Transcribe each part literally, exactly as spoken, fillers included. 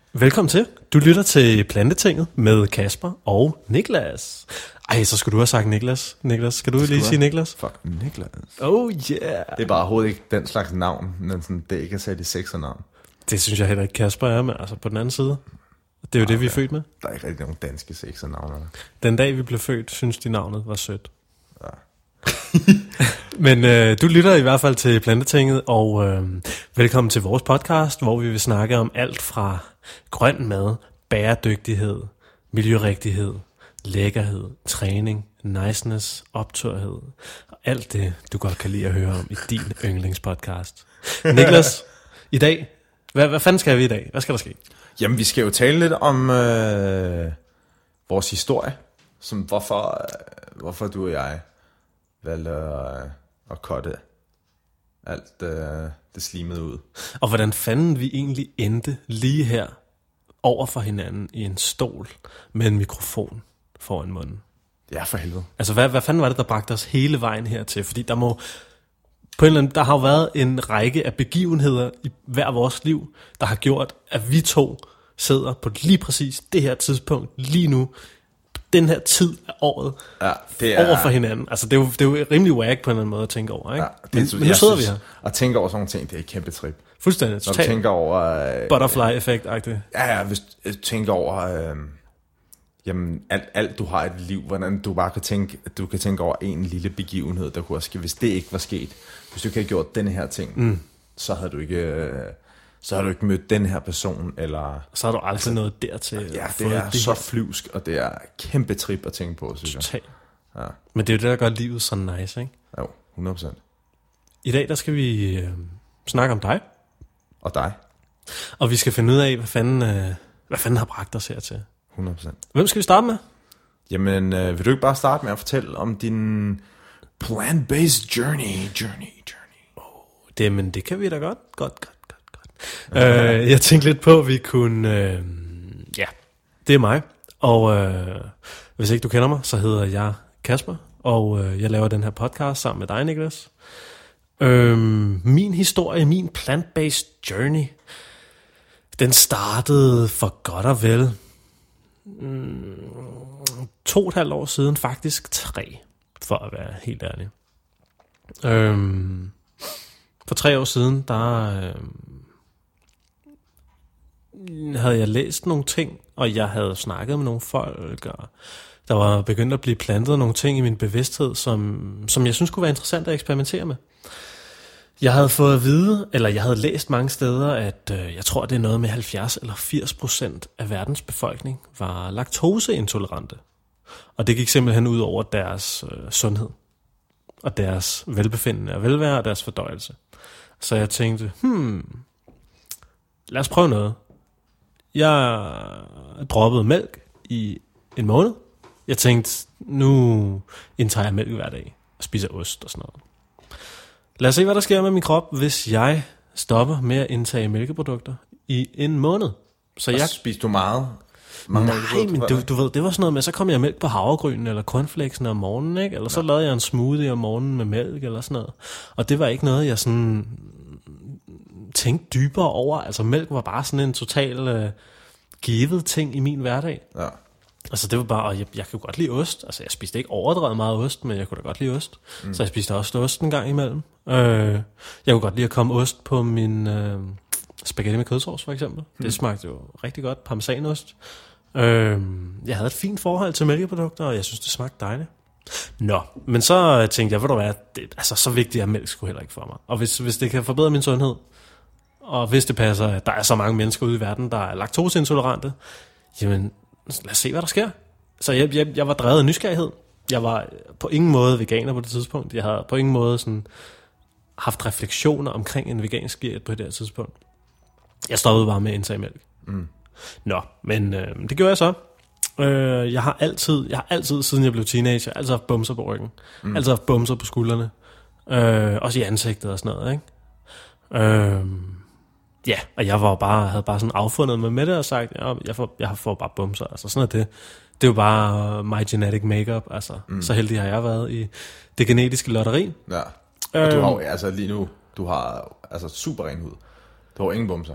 Velkommen til. Du lytter til Plantetinget med Kasper og Niklas. Ej, så skulle du have sagt Niklas. Niklas, skal du lige jeg? sige Niklas? Fuck, Niklas. Oh yeah. Det er bare overhovedet ikke den slags navn, men sådan, det er ikke at sætte i sexernavn. Det synes jeg heller ikke Kasper er, men altså på den anden side. Det er jo okay. Det, vi er født med. Der er ikke rigtig nogen danske sexernavne. Den dag, vi blev født, synes de navnet var sødt. Ja. Men øh, du lytter i hvert fald til Plantetinget, og øh, velkommen til vores podcast, hvor vi vil snakke om alt fra grøn mad, bæredygtighed, miljørigtighed, lækkerhed, træning, niceness, optørhed, og alt det, du godt kan lide at høre om i din yndlingspodcast. Niklas, i dag, hvad, hvad fanden skal vi i dag? Hvad skal der ske? Jamen, vi skal jo tale lidt om øh, vores historie, som hvorfor, øh, hvorfor du og jeg valgte øh, at cutte alt øh, det slimede ud. Og hvordan fanden vi egentlig endte lige her over for hinanden i en stol med en mikrofon foran munden. Ja, for helvede. Altså, hvad, hvad fanden var det, der bragte os hele vejen hertil? Fordi der må på en eller anden, der har jo været en række af begivenheder i hver vores liv, der har gjort, at vi to sidder på lige præcis det her tidspunkt, lige nu, den her tid af året, ja, det er, over for hinanden. Altså, det er, jo, det er jo rimelig whack på en eller anden måde at tænke over, ikke? Ja, det, men, men nu sidder vi her. At tænke over sådan nogle ting, det er et kæmpe trip. Fuldstændig. Når du tænker over Øh, butterfly-effekt-agtigt. Ja, ja, hvis du tænker over øh, jamen, alt, alt du har i dit liv, hvordan du bare kan tænke, du kan tænke over en lille begivenhed, der kunne også ske, hvis det ikke var sket. Hvis du ikke havde gjort denne her ting, mm. så havde du ikke... Øh, så har du ikke mødt den her person, eller... Så har du aldrig altså, noget dertil. Ja, det er det så her. Flyvsk, og det er kæmpe trip at tænke på, synes Total. jeg. Ja. Men det er jo det, der gør livet så nice, ikke? Jo, hundrede procent. I dag, der skal vi øh, snakke om dig. Og dig. Og vi skal finde ud af, hvad fanden, øh, hvad fanden har bragt os hertil. hundrede procent. Hvem skal vi starte med? Jamen, øh, vil du ikke bare starte med at fortælle om din plant-based journey, journey, journey? Oh, det, men det kan vi da godt, godt, godt. Okay. Uh, jeg tænkte lidt på, at vi kunne... Uh, ja, det er mig. Og uh, hvis ikke du kender mig, så hedder jeg Kasper. Og uh, jeg laver den her podcast sammen med dig, Niklas. Uh, min historie, min plant-based journey, den startede for godt og vel um, to og et halvt år siden. Faktisk tre, for at være helt ærlig. Uh, for tre år siden, der... Uh, havde jeg læst nogle ting, og jeg havde snakket med nogle folk, og der var begyndt at blive plantet nogle ting i min bevidsthed, som, som jeg synes kunne være interessant at eksperimentere med. Jeg havde fået at vide, eller jeg havde læst mange steder, at øh, jeg tror, det er noget med halvfjerds eller firs procent af verdens befolkning var laktoseintolerante. Og det gik simpelthen ud over deres øh, sundhed, og deres velbefindende og velvære og deres fordøjelse. Så jeg tænkte, hmm, lad os prøve noget. Jeg droppede mælk i en måned. Jeg tænkte, nu indtager jeg mælk hver dag og spiser ost og sådan noget. Lad os se, hvad der sker med min krop, hvis jeg stopper med at indtage mælkeprodukter i en måned. Så jeg spiser du meget? Mange Nej, men du, du ved, det var sådan noget med, så kom jeg mælk på havregrynen eller cornflakesen om morgenen, ikke? Eller så ja. lavede jeg en smoothie om morgenen med mælk eller sådan noget. Og det var ikke noget, jeg sådan tænkte dybere over. Altså mælk var bare sådan en total øh, givet ting i min hverdag. Ja. Altså det var bare, og jeg, jeg kan godt lide ost. Altså jeg spiste ikke overdrevet meget ost, men jeg kunne da godt lide ost. Mm. Så jeg spiste også ost en gang imellem. Øh, jeg kunne godt lide at komme ost på min øh, spaghetti med kødsovs for eksempel. Mm. Det smagte jo rigtig godt, parmesanost. Øh, jeg havde et fint forhold til mælkeprodukter, og jeg synes det smagte dejligt. Nå, men så tænkte jeg, ved du hvad, det, altså så vigtigt er mælk sgu heller ikke for mig. Og hvis, hvis det kan forbedre min sundhed, og hvis det passer, at der er så mange mennesker ude i verden, der er laktoseintolerante, jamen lad os se, hvad der sker. Så jeg, jeg, jeg var drevet af nysgerrighed. Jeg var på ingen måde veganer på det tidspunkt. Jeg havde på ingen måde sådan haft refleksioner omkring en vegansk diæt på det her tidspunkt. Jeg stoppede bare med at indtage mælk. Mm. Nå, men øh, det gjorde jeg så. Øh, jeg har altid, jeg har altid, siden jeg blev teenager, altid haft bumser på ryggen. Mm. Altid haft bumser på skuldrene. Øh, også i ansigtet og sådan noget, ikke? Øh, ja, og jeg var bare, havde bare sådan affundet mig med det og sagt, ja, jeg får, jeg får bare bumser. Altså sådan er det. Det er jo bare my genetic makeup. Altså, mm. så heldig har jeg været i det genetiske lotteri. Ja, og øh, du har altså lige nu, du har altså super ren hud. Du har ingen bumser.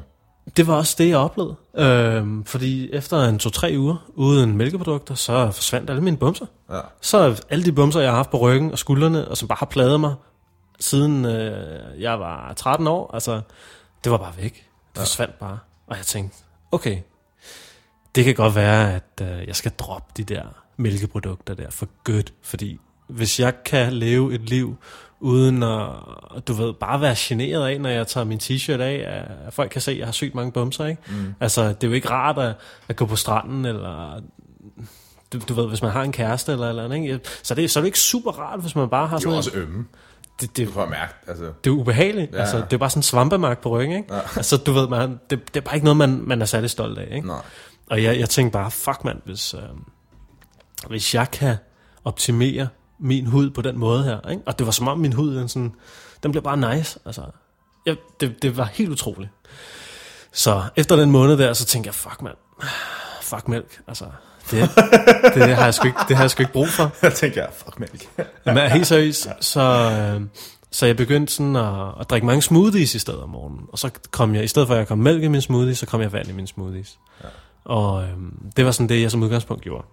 det var også det, jeg oplevede. Øhm, fordi efter en to-tre uger uden mælkeprodukter, så forsvandt alle mine bumser. Ja. Så alle de bumser, jeg har haft på ryggen og skuldrene, og som bare har plaget mig, siden øh, jeg var tretten år, altså, det var bare væk. Det ja. forsvandt bare. Og jeg tænkte, okay, det kan godt være, at øh, jeg skal droppe de der mælkeprodukter der for godt, fordi hvis jeg kan leve et liv uden at, du ved, bare være generet af, når jeg tager min t-shirt af, at folk kan se, at jeg har sygt mange bumser, ikke? Mm. Altså, det er jo ikke rart at, at gå på stranden, eller du, du ved, hvis man har en kæreste, eller eller andet, ikke? Så, det, så er det ikke super rart, hvis man bare har sådan... Det er også ømme. Det, det, du får mærke, altså. Det er ubehageligt, ja. Altså, det er bare sådan en svampemark på ryggen, ikke? Ja. Altså, du ved, man, det, det er bare ikke noget, man, man er særlig stolt af, ikke? Nej. Og jeg, jeg tænkte bare, fuck mand, hvis, øh, hvis jeg kan optimere min hud på den måde her, ikke? Og det var som om min hud, den, sådan, den blev bare nice, altså. Jeg, det, det var helt utroligt. Så efter den måned der, så tænkte jeg, fuck mand, fuck mælk, altså. Det, det, har jeg sgu ikke, det har jeg sgu ikke brug for. Jeg tænker, ja, fuck mælk. Men helt seriøst, så, øh, så jeg begyndte sådan at, at drikke mange smoothies i stedet om morgenen. Og så kom jeg, i stedet for at jeg kom mælk i min smoothie, så kom jeg vand i min smoothies. Ja. Og øh, det var sådan det, jeg som udgangspunkt gjorde.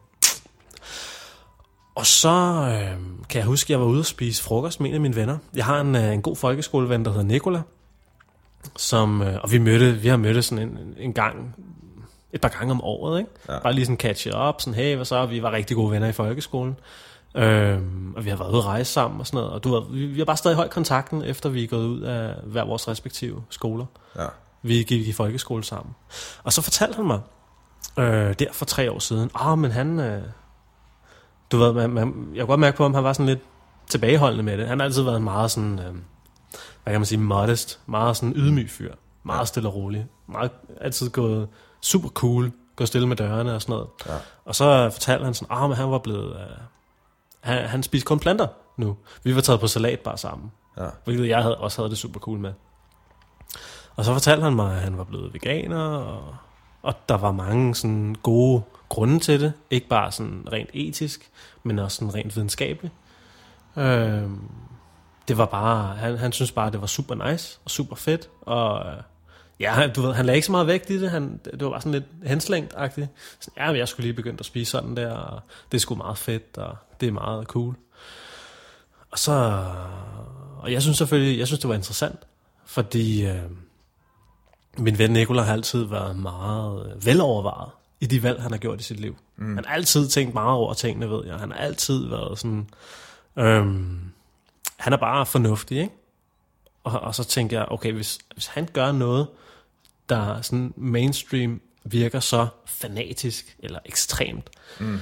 Og så øh, kan jeg huske, at jeg var ude og spise frokost med en af mine venner. Jeg har en, en god folkeskoleven, der hedder Nicola. Som, øh, og vi mødte, vi har mødtes sådan en, en gang, et par gange om året, ikke? Ja. Bare lige sådan catch up, sådan hey, hvad så? Vi var rigtig gode venner i folkeskolen. Øhm, og vi har været ude at rejse sammen og sådan noget. Og du ved, vi, vi har bare stadig højt kontakten, efter vi er gået ud af hver vores respektive skoler. Ja. Vi gik i folkeskole sammen. Og så fortalte han mig, øh, der for tre år siden, åh, oh, men han... Øh, du ved, man, man, jeg kunne godt mærke på, at han var sådan lidt tilbageholdende med det. Han har altid været meget sådan, øh, hvad kan man sige, modest. Meget sådan ydmyg fyr. Meget stille og rolig. Meget, altid gået super cool. Gået stille med dørene og sådan noget. Ja. Og så fortalte han sådan, åh, oh, men han var blevet... Øh, han, han spiste kun planter nu. Vi var taget på salatbar sammen. Ja. Hvilket jeg havde, også havde det super cool med. Og så fortalte han mig, at han var blevet veganer, og, og der var mange sådan gode grunde til det. Ikke bare sådan rent etisk, men også sådan rent videnskabeligt. Øhm, det var bare, han, han synes bare, det var super nice og super fedt. Og ja, du ved, han lagde ikke så meget vægt i det. Han, det var bare sådan lidt henslængt-agtigt. Sådan, ja, men jeg skulle lige begynde at spise sådan der, og det er sgu meget fedt, og det er meget cool. Og så, og jeg synes selvfølgelig, jeg synes det var interessant, fordi øh, min ven Nicola har altid været meget velovervejet i de valg, han har gjort i sit liv. Mm. Han har altid tænkt meget over tingene, ved jeg. Han har altid været sådan... Øhm, han er bare fornuftig, ikke? Og, og så tænker jeg, okay, hvis, hvis han gør noget, der sådan mainstream virker så fanatisk eller ekstremt, mm.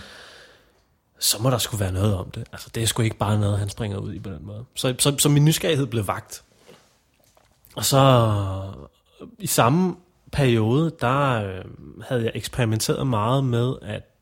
så må der sgu være noget om det. Altså, det er sgu ikke bare noget, han springer ud i på den måde. Så, så, så min nysgerrighed blev vakt. Og så i samme periode, der øh, havde jeg eksperimenteret meget med at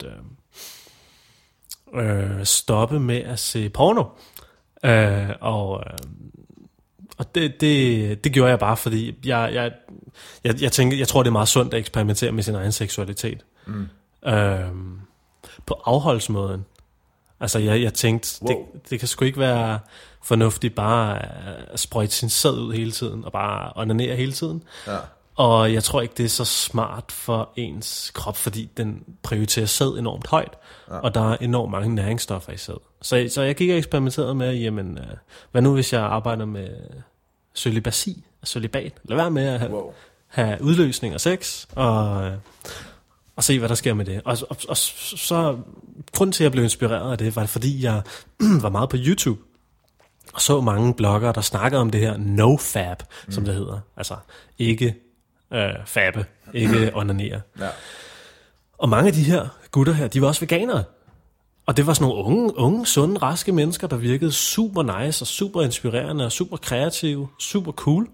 øh, øh, stoppe med at se porno. Øh, og øh, og det, det, det gjorde jeg bare, fordi jeg, jeg, jeg, jeg tænker, jeg tror, det er meget sundt at eksperimentere med sin egen seksualitet. Mm. Øh, på afholdsmåden. Altså, jeg, jeg tænkte, wow. det, det kan sgu ikke være fornuftigt bare at sprøjte sin sæd ud hele tiden, og bare onanere hele tiden. Ja. Og jeg tror ikke, det er så smart for ens krop, fordi den prioriterer sæd enormt højt, ja. Og der er enormt mange næringsstoffer i sæd. Så, så jeg gik og eksperimenterede med, jamen, hvad nu hvis jeg arbejder med cølibasi, cølibat? Lad være med at have, wow. have udløsning og sex, og, og se, hvad der sker med det. Og, og, og så, grunden til, at jeg blev inspireret af det, var fordi jeg var meget på YouTube, og så mange bloggere, der snakkede om det her no-fab, mm. som det hedder. Altså, ikke øh, fabe, ikke onanere. Ja. Og mange af de her gutter her, de var også veganere. Og det var sådan nogle unge, unge, sunde, raske mennesker, der virkede super nice og super inspirerende og super kreative, super cool.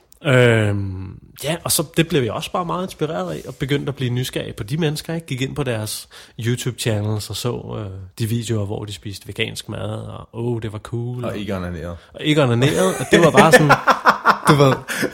Øhm, ja, og så det blev jeg også bare meget inspireret af, og begyndte at blive nysgerrig på de mennesker. Jeg gik ind på deres YouTube-channels og så øh, de videoer, hvor de spiste vegansk mad, og åh, oh, det var cool. Og ikke onaneret. Og ikke onaneret, og det var bare sådan, du ved...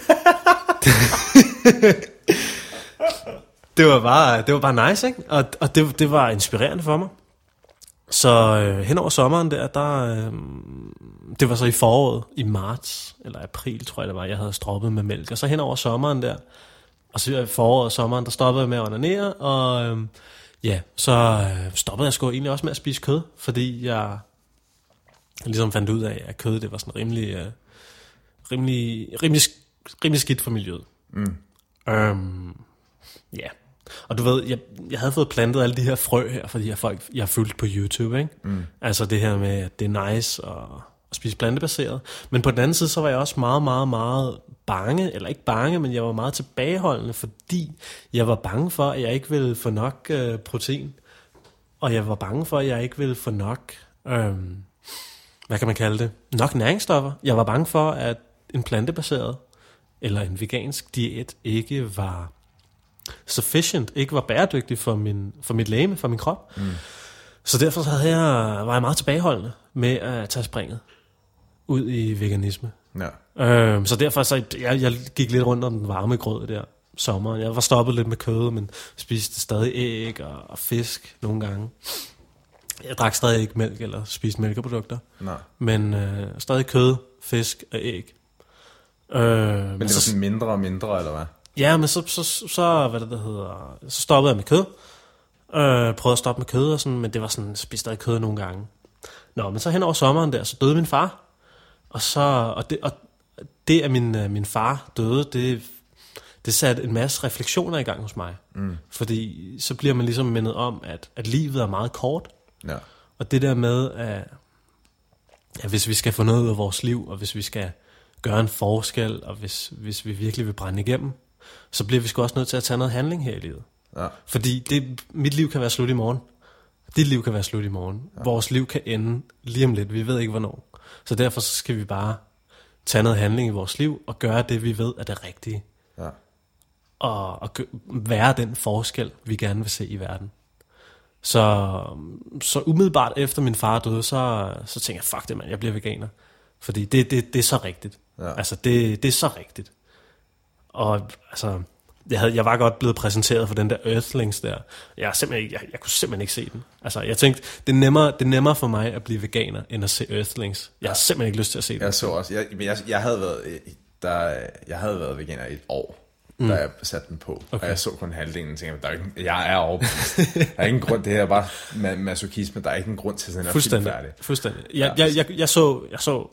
det var bare, det var bare nice, ikke? Og, og det, det var inspirerende for mig. Så øh, hen over sommeren der, der øh, det var så i foråret, i marts eller april, tror jeg det var, jeg havde stroppet med mælk. Og så hen over sommeren der, Og så foråret og sommeren, der stoppede jeg med at onanere, og øh, ja, så øh, stoppede jeg sgu egentlig også med at spise kød, fordi jeg ligesom fandt ud af, at kød, det var sådan rimelig, øh, rimelig, rimelig, rimelig skidt for miljøet. Mm. Øhm, ja, og du ved, jeg, jeg havde fået plantet alle de her frø her, fordi jeg, folk, jeg har fulgt på YouTube, ikke? Mm. Altså det her med, at det er nice at, at spise plantebaseret. Men på den anden side, så var jeg også meget, meget, meget bange, eller ikke bange, men jeg var meget tilbageholdende, fordi jeg var bange for, at jeg ikke ville få nok øh, protein. Og jeg var bange for, at jeg ikke ville få nok, øh, hvad kan man kalde det, nok næringsstoffer. Jeg var bange for, at en plantebaseret eller en vegansk diæt ikke var sufficient, ikke var bæredygtig for, min, for mit legeme, for min krop. Mm. Så derfor så havde jeg, var jeg meget tilbageholdende med at tage springet ud i veganisme. Ja. Øhm, så derfor så jeg, jeg gik lidt rundt om den varme grød der sommeren. Jeg var stoppet lidt med kød, men spiste stadig æg og, og fisk nogle gange. Jeg drak stadig ikke mælk eller spiste mælkeprodukter. Nej. Men øh, stadig kød, fisk og æg. Øh, men men det var sådan mindre og mindre, eller hvad? Ja, men så, så, så, så hvad det der hedder, så stoppede jeg med kød. Øh, prøvede at stoppe med kød og sådan, men det var sådan, spiste stadig kød nogle gange. Nå, men så hen over sommeren der, så døde min far. Og så, og det, og det at min, min far døde, det, det satte en masse refleksioner i gang hos mig. Mm. Fordi så bliver man ligesom mindet om, at, at livet er meget kort. Ja. Og det der med, at, at hvis vi skal få noget ud af vores liv, og hvis vi skal gøre en forskel, og hvis, hvis vi virkelig vil brænde igennem, så bliver vi sgu også nødt til at tage noget handling her i livet. Ja. Fordi det, mit liv kan være slut i morgen. Dit liv kan være slut i morgen. Ja. Vores liv kan ende lige om lidt. Vi ved ikke, hvornår. Så derfor så skal vi bare tage noget handling i vores liv, og gøre det, vi ved er det rigtige. Ja. Og, og være den forskel, vi gerne vil se i verden. Så, så umiddelbart efter min far døde, så, så tænkte jeg, fuck det, mand, jeg bliver veganer. Fordi det, det, det er så rigtigt. Ja. Altså, det, det er så rigtigt. Og altså, jeg, havde, jeg var godt blevet præsenteret for den der Earthlings der. Jeg, simpelthen, jeg, jeg kunne simpelthen ikke se den. Altså, jeg tænkte, det er, nemmere, det er nemmere for mig at blive veganer, end at se Earthlings. Jeg har simpelthen ikke lyst til at se den. Jeg så også, jeg, jeg, jeg, havde, været, der, jeg havde været veganer i et år. Mm. Da jeg satte den på, okay. Og jeg så kun halvdelen og tænkte, der er ikke, jeg er overbevist. Der er ingen grund, det her er bare masochisme, der er ikke en grund til sådan en film færdig. Fuldstændig. Jeg, jeg, jeg, jeg, så, jeg så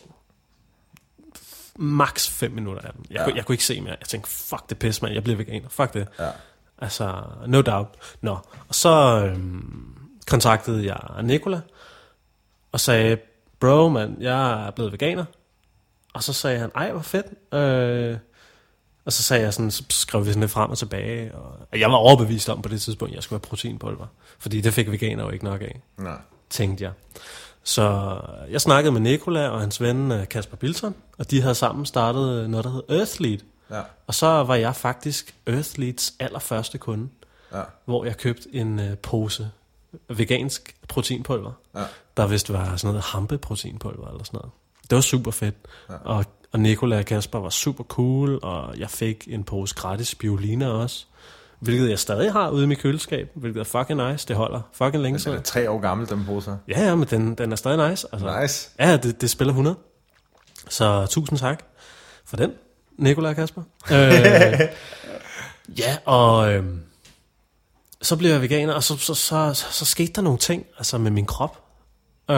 max fem minutter af den. Jeg, ja. kunne, jeg kunne ikke se mere. Jeg tænkte, fuck det pis, man, jeg bliver veganer. Fuck det. Ja. Altså, no doubt. Nå. Og så øhm, kontaktede jeg Nicola og sagde, bro, man, jeg er blevet veganer. Og så sagde han, ej, hvor fedt. Øh, Og så sagde jeg sådan, så skrev vi sådan lidt frem og tilbage, og jeg var overbevist om på det tidspunkt, at jeg skulle have proteinpulver, fordi det fik veganer jo ikke nok af, Nej. tænkte jeg. Så jeg snakkede med Nicola og hans ven Kasper Bilton, og de havde sammen startet noget, der hed Earthlead. Ja. Og så var jeg faktisk Earthleads allerførste kunde, ja. Hvor jeg købte en uh, pose vegansk proteinpulver, ja. Der vist var sådan noget hampeproteinpulver eller sådan noget. Det var super fedt, ja. og Og Nicola og Kasper var super cool, og jeg fik en pose gratis spirulina også, hvilket jeg stadig har ude i mit køleskab, hvilket er fucking nice, det holder fucking længe siden. Den er tre år gammel, den pose. Ja, ja, men den, den er stadig nice. Altså, nice. Ja, det, det spiller hundrede. Så tusind tak for den, Nicola og Kasper. øh, ja, og øh, så blev jeg veganer, og så, så, så, så, så skete der nogle ting altså med min krop. Øh,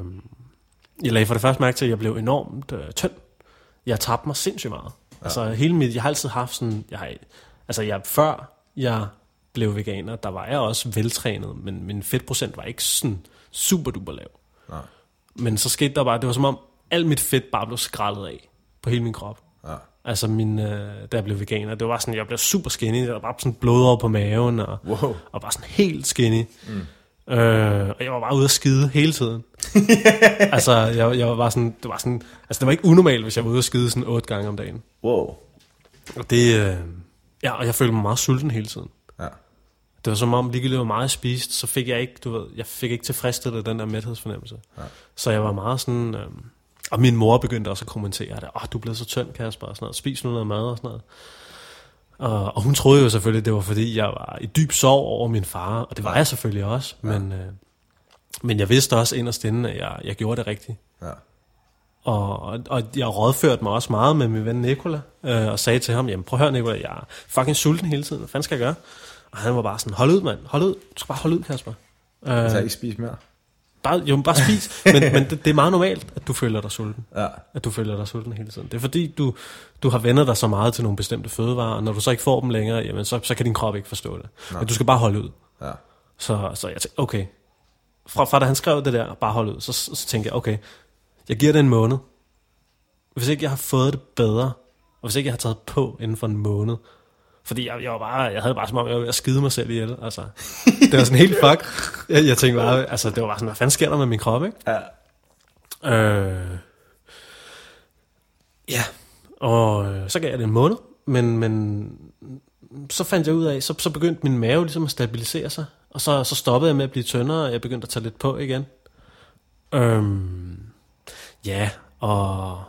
jeg lagde for det første mærke til, at jeg blev enormt øh, tynd. Jeg tabte mig sindssygt meget. Ja. Altså hele mit, jeg har altid haft sådan, jeg har, altså jeg, før jeg blev veganer, der var jeg også veltrænet, men min fedtprocent var ikke sådan super duper lav. Ja. Men så skete der bare, det var som om, alt mit fedt bare blev skrællet af på hele min krop. Ja. Altså min, øh, da jeg blev veganer, det var sådan, jeg blev super skinny, der var bare sådan blod over på maven, og, wow. og bare sådan helt skinny. Mm. Øh, og jeg var bare ude at skide hele tiden. Altså jeg, jeg var bare sådan, det var sådan, altså det var ikke unormalt, hvis jeg var ude at skide sådan otte gange om dagen. Wow. Og det, øh, ja, og jeg følte mig meget sulten hele tiden. Ja. Det var som om ligegyldigt hvor meget jeg spiste, så fik jeg ikke, du ved, jeg fik ikke tilfredsstillet den der mæthedsfornemmelse. Ja. Så jeg var meget sådan, øh, og min mor begyndte også at kommentere, at åh, du er blevet så tynd, Kasper, og sådan noget. Spis nu noget mad og sådan noget. Og, og hun troede jo selvfølgelig, det var fordi, jeg var i dyb sorg over min far, og det var jeg selvfølgelig også, ja. men, øh, men jeg vidste også inderst inde, at jeg, jeg gjorde det rigtigt. Ja. Og, og jeg rådførte mig også meget med min ven Nicola, øh, og sagde til ham, jamen prøv at høre Nicola, jeg er fucking sulten hele tiden, hvad fanden skal jeg gøre? Og han var bare sådan, hold ud mand, hold ud, du skal bare holde ud Kasper. Øh, så jeg ikke spise mere? Bare, jo, bare spis, men, men det, det er meget normalt, at du føler dig sulten. Ja. At du føler dig sulten hele tiden. Det er fordi, du, du har vendet dig så meget til nogle bestemte fødevarer, og når du så ikke får dem længere, jamen så, så kan din krop ikke forstå det. Nej. Men du skal bare holde ud. Ja. Så, så jeg tænkte, okay. Fra, fra da han skrev det der, bare holde ud, så, så, så tænkte jeg, okay, jeg giver det en måned. Hvis ikke jeg har fået det bedre, og hvis ikke jeg har taget på inden for en måned, fordi jeg, jeg var bare, jeg havde bare som om, jeg var ved at skide mig selv ihjel, altså. Det var sådan helt fuck. Jeg, jeg tænkte bare, altså det var bare sådan, hvad fanden sker der med min krop, ikke? Ja. Øh, ja, og øh, så gav jeg det en måned, men, men så fandt jeg ud af, så, så begyndte min mave ligesom at stabilisere sig, og så, så stoppede jeg med at blive tyndere, og jeg begyndte at tage lidt på igen. Øh, ja, og...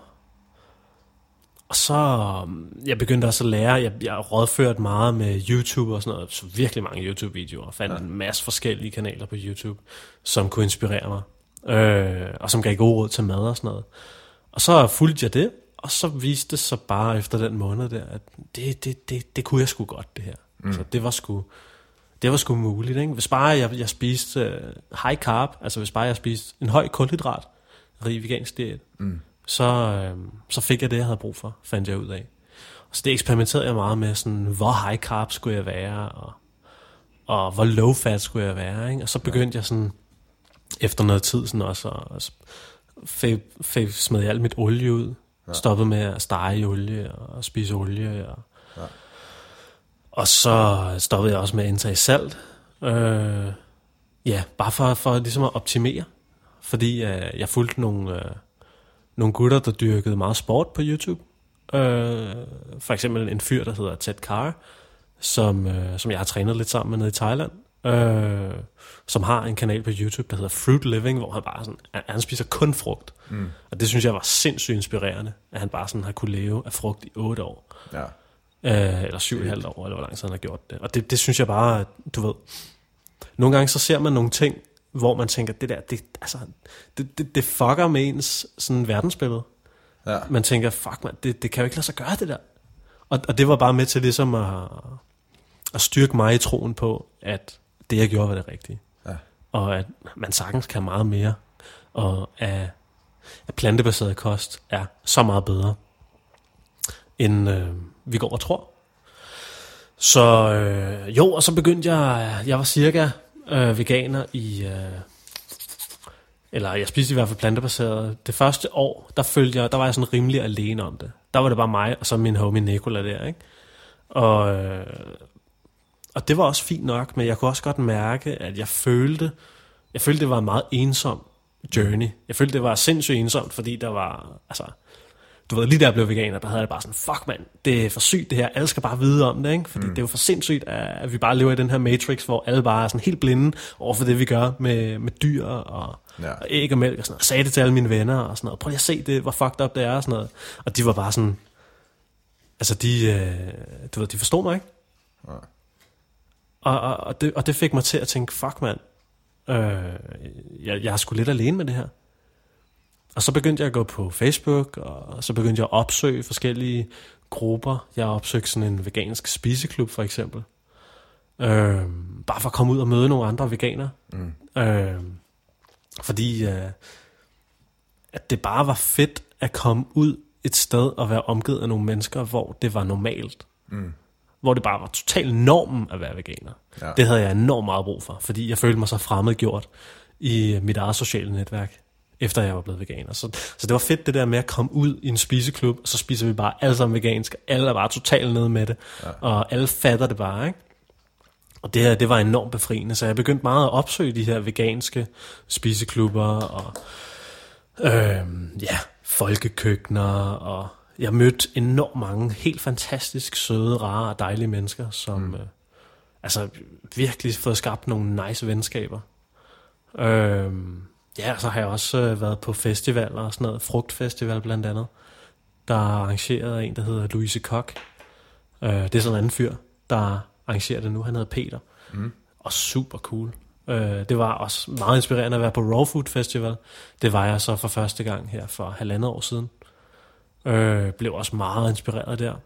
Og så, jeg begyndte også at lære, jeg, jeg rådførte meget med YouTube og sådan noget, så virkelig mange YouTube-videoer, og fandt ja. en masse forskellige kanaler på YouTube, som kunne inspirere mig, øh, og som gav gode råd til mad og sådan noget. Og så fulgte jeg det, og så viste det sig bare efter den måned der, at det, det, det, det kunne jeg sgu godt, det her. Mm. Så det var sgu, det var sgu muligt, ikke? Hvis bare jeg, jeg spiste uh, high carb, altså hvis bare jeg spiste en høj kulhydrat, rig vegansk diæt, mm. Så, øh, så fik jeg det, jeg havde brug for, fandt jeg ud af. Så det eksperimenterede jeg meget med, sådan, hvor high carb skulle jeg være, og, og hvor low fat skulle jeg være. Ikke? Og så begyndte jeg sådan, efter noget tid sådan også, at fæ, fæ, smed jeg alt mit olie ud. Ja. Stoppede med at stege i olie, og spise olie. Og, ja. og så stoppede jeg også med at indtage salt. Øh, ja, bare for, for ligesom at optimere. Fordi øh, jeg fulgte nogle... Øh, Nogle gutter, der dyrkede meget sport på YouTube. Øh, for eksempel en fyr, der hedder Ted Carr, som, øh, som jeg har trænet lidt sammen med nede i Thailand. Øh, som har en kanal på YouTube, der hedder Fruit Living, hvor han bare sådan, han spiser kun frugt. Mm. Og det synes jeg var sindssygt inspirerende, at han bare sådan har kunne leve af frugt i otte år. Ja. Øh, eller syv og et halvt år, eller hvor lang tid han har gjort det. Og det, det synes jeg bare, du ved, nogle gange så ser man nogle ting, hvor man tænker, det der, det, altså, det, det, det fucker med ens sådan verdensbillede. Ja. Man tænker, fuck man, det, det kan jo ikke lade sig gøre det der. Og, og det var bare med til ligesom at, at styrke mig i troen på, at det jeg gjorde var det rigtige. Ja. Og at man sagtens kan meget mere, og at, at plantebaseret kost er så meget bedre, end øh, vi går og tror. Så øh, jo, og så begyndte jeg, jeg var cirka øh, veganer i, øh, eller jeg spiste i hvert fald plantebaseret. Det første år, der følte jeg, der var jeg sådan rimelig alene om det. Der var det bare mig, og så min homie Nicola der, ikke? Og, øh, og det var også fint nok, men jeg kunne også godt mærke, at jeg følte, jeg følte, det var en meget ensom journey. Jeg følte, det var sindssygt ensomt, fordi der var, altså, du ved, lige da jeg blev veganer, der havde jeg bare sådan, fuck mand, det er for sygt det her, alle skal bare vide om det, ikke? Fordi mm. det er jo for sindssygt, at vi bare lever i den her matrix, hvor alle bare er sådan helt blinde over for det, vi gør med, med dyr og, ja. og æg og mælk og sådan noget. Jeg sagde det til alle mine venner og sådan noget, prøv lige at se det, hvor fucked up det er og sådan noget. Og de var bare sådan, altså de, øh, du ved, de forstod mig ikke. Ja. Og, og, og, det, og det fik mig til at tænke, fuck mand, øh, jeg, jeg er sgu lidt alene med det her. Og så begyndte jeg at gå på Facebook, og så begyndte jeg at opsøge forskellige grupper. Jeg har opsøgt sådan en vegansk spiseklub for eksempel. Øh, bare for at komme ud og møde nogle andre veganere. Mm. Øh, fordi øh, at det bare var fedt at komme ud et sted og være omgivet af nogle mennesker, hvor det var normalt. Mm. Hvor det bare var totalt normen at være veganer. Ja. Det havde jeg enormt meget brug for, fordi jeg følte mig så fremmedgjort i mit eget sociale netværk, efter jeg var blevet veganer. Så, så det var fedt det der med at komme ud i en spiseklub, og så spiser vi bare alle sammen vegansk, og alle er bare totalt nede med det, ja. Og alle fatter det bare, ikke? Og det her, det var enormt befriende, så jeg begyndte meget at opsøge de her veganske spiseklubber, og øh, ja, folkekøkkener, og jeg mødte enormt mange helt fantastisk søde, rare og dejlige mennesker, som mm. øh, altså virkelig fået skabt nogle nice venskaber. Øh, Ja, så har jeg også øh, været på festivaler og sådan noget. Frugtfestival blandt andet. Der er arrangeret af en, der hedder Louise Koch. Øh, det er sådan en anden fyr, der arrangerer det nu. Han hedder Peter. Mm. Og super cool. Øh, det var også meget inspirerende at være på Raw Food Festival. Det var jeg så for første gang her for halvandet år siden. Øh, blev også meget inspireret der.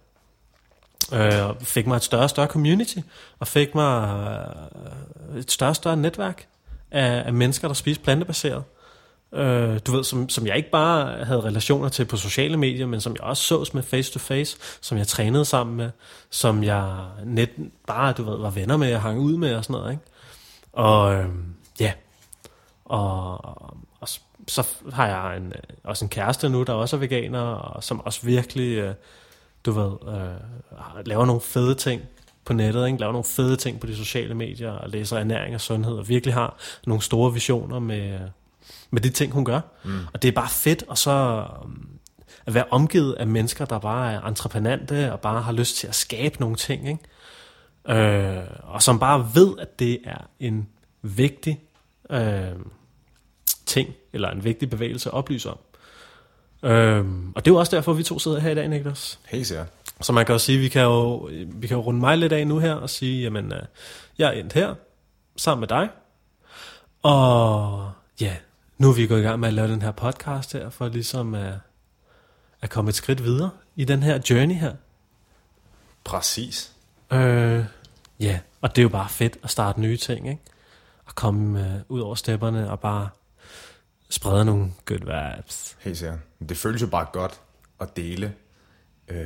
Øh, fik mig et større og større community, og fik mig øh, et større og større netværk af, af mennesker, der spiser plantebaseret. Øh, du ved, som, som jeg ikke bare havde relationer til på sociale medier, men som jeg også sås med face to face, som jeg trænede sammen med, som jeg net bare, du ved, var venner med og hang ud med og sådan noget, ikke? Og øh, ja, og, og så har jeg en, også en kæreste nu, der også er veganer, og som også virkelig, øh, du ved, øh, laver nogle fede ting på nettet, ikke? Laver nogle fede ting på de sociale medier, og læser ernæring og sundhed, og virkelig har nogle store visioner med, med de ting, hun gør. Mm. Og det er bare fedt, og så um, at være omgivet af mennesker, der bare er entreprenante, og bare har lyst til at skabe nogle ting, ikke? Øh, og som bare ved, at det er en vigtig øh, ting, eller en vigtig bevægelse at oplyse om. Øh, og det er jo også derfor, vi to sidder her i dag, Niklas. Helt sikkert. Så man kan jo sige, vi kan jo, vi kan jo runde mig lidt af nu her, og sige, jamen, øh, jeg er endt her, sammen med dig, og ja, nu er vi gået i gang med at lave den her podcast her, for ligesom at, at komme et skridt videre i den her journey her. Præcis. Øh, ja, og det er jo bare fedt at starte nye ting, ikke? At komme øh, ud over stepperne og bare sprede nogle good vibes. Helt sikkert. Det føles jo bare godt at dele. Øh,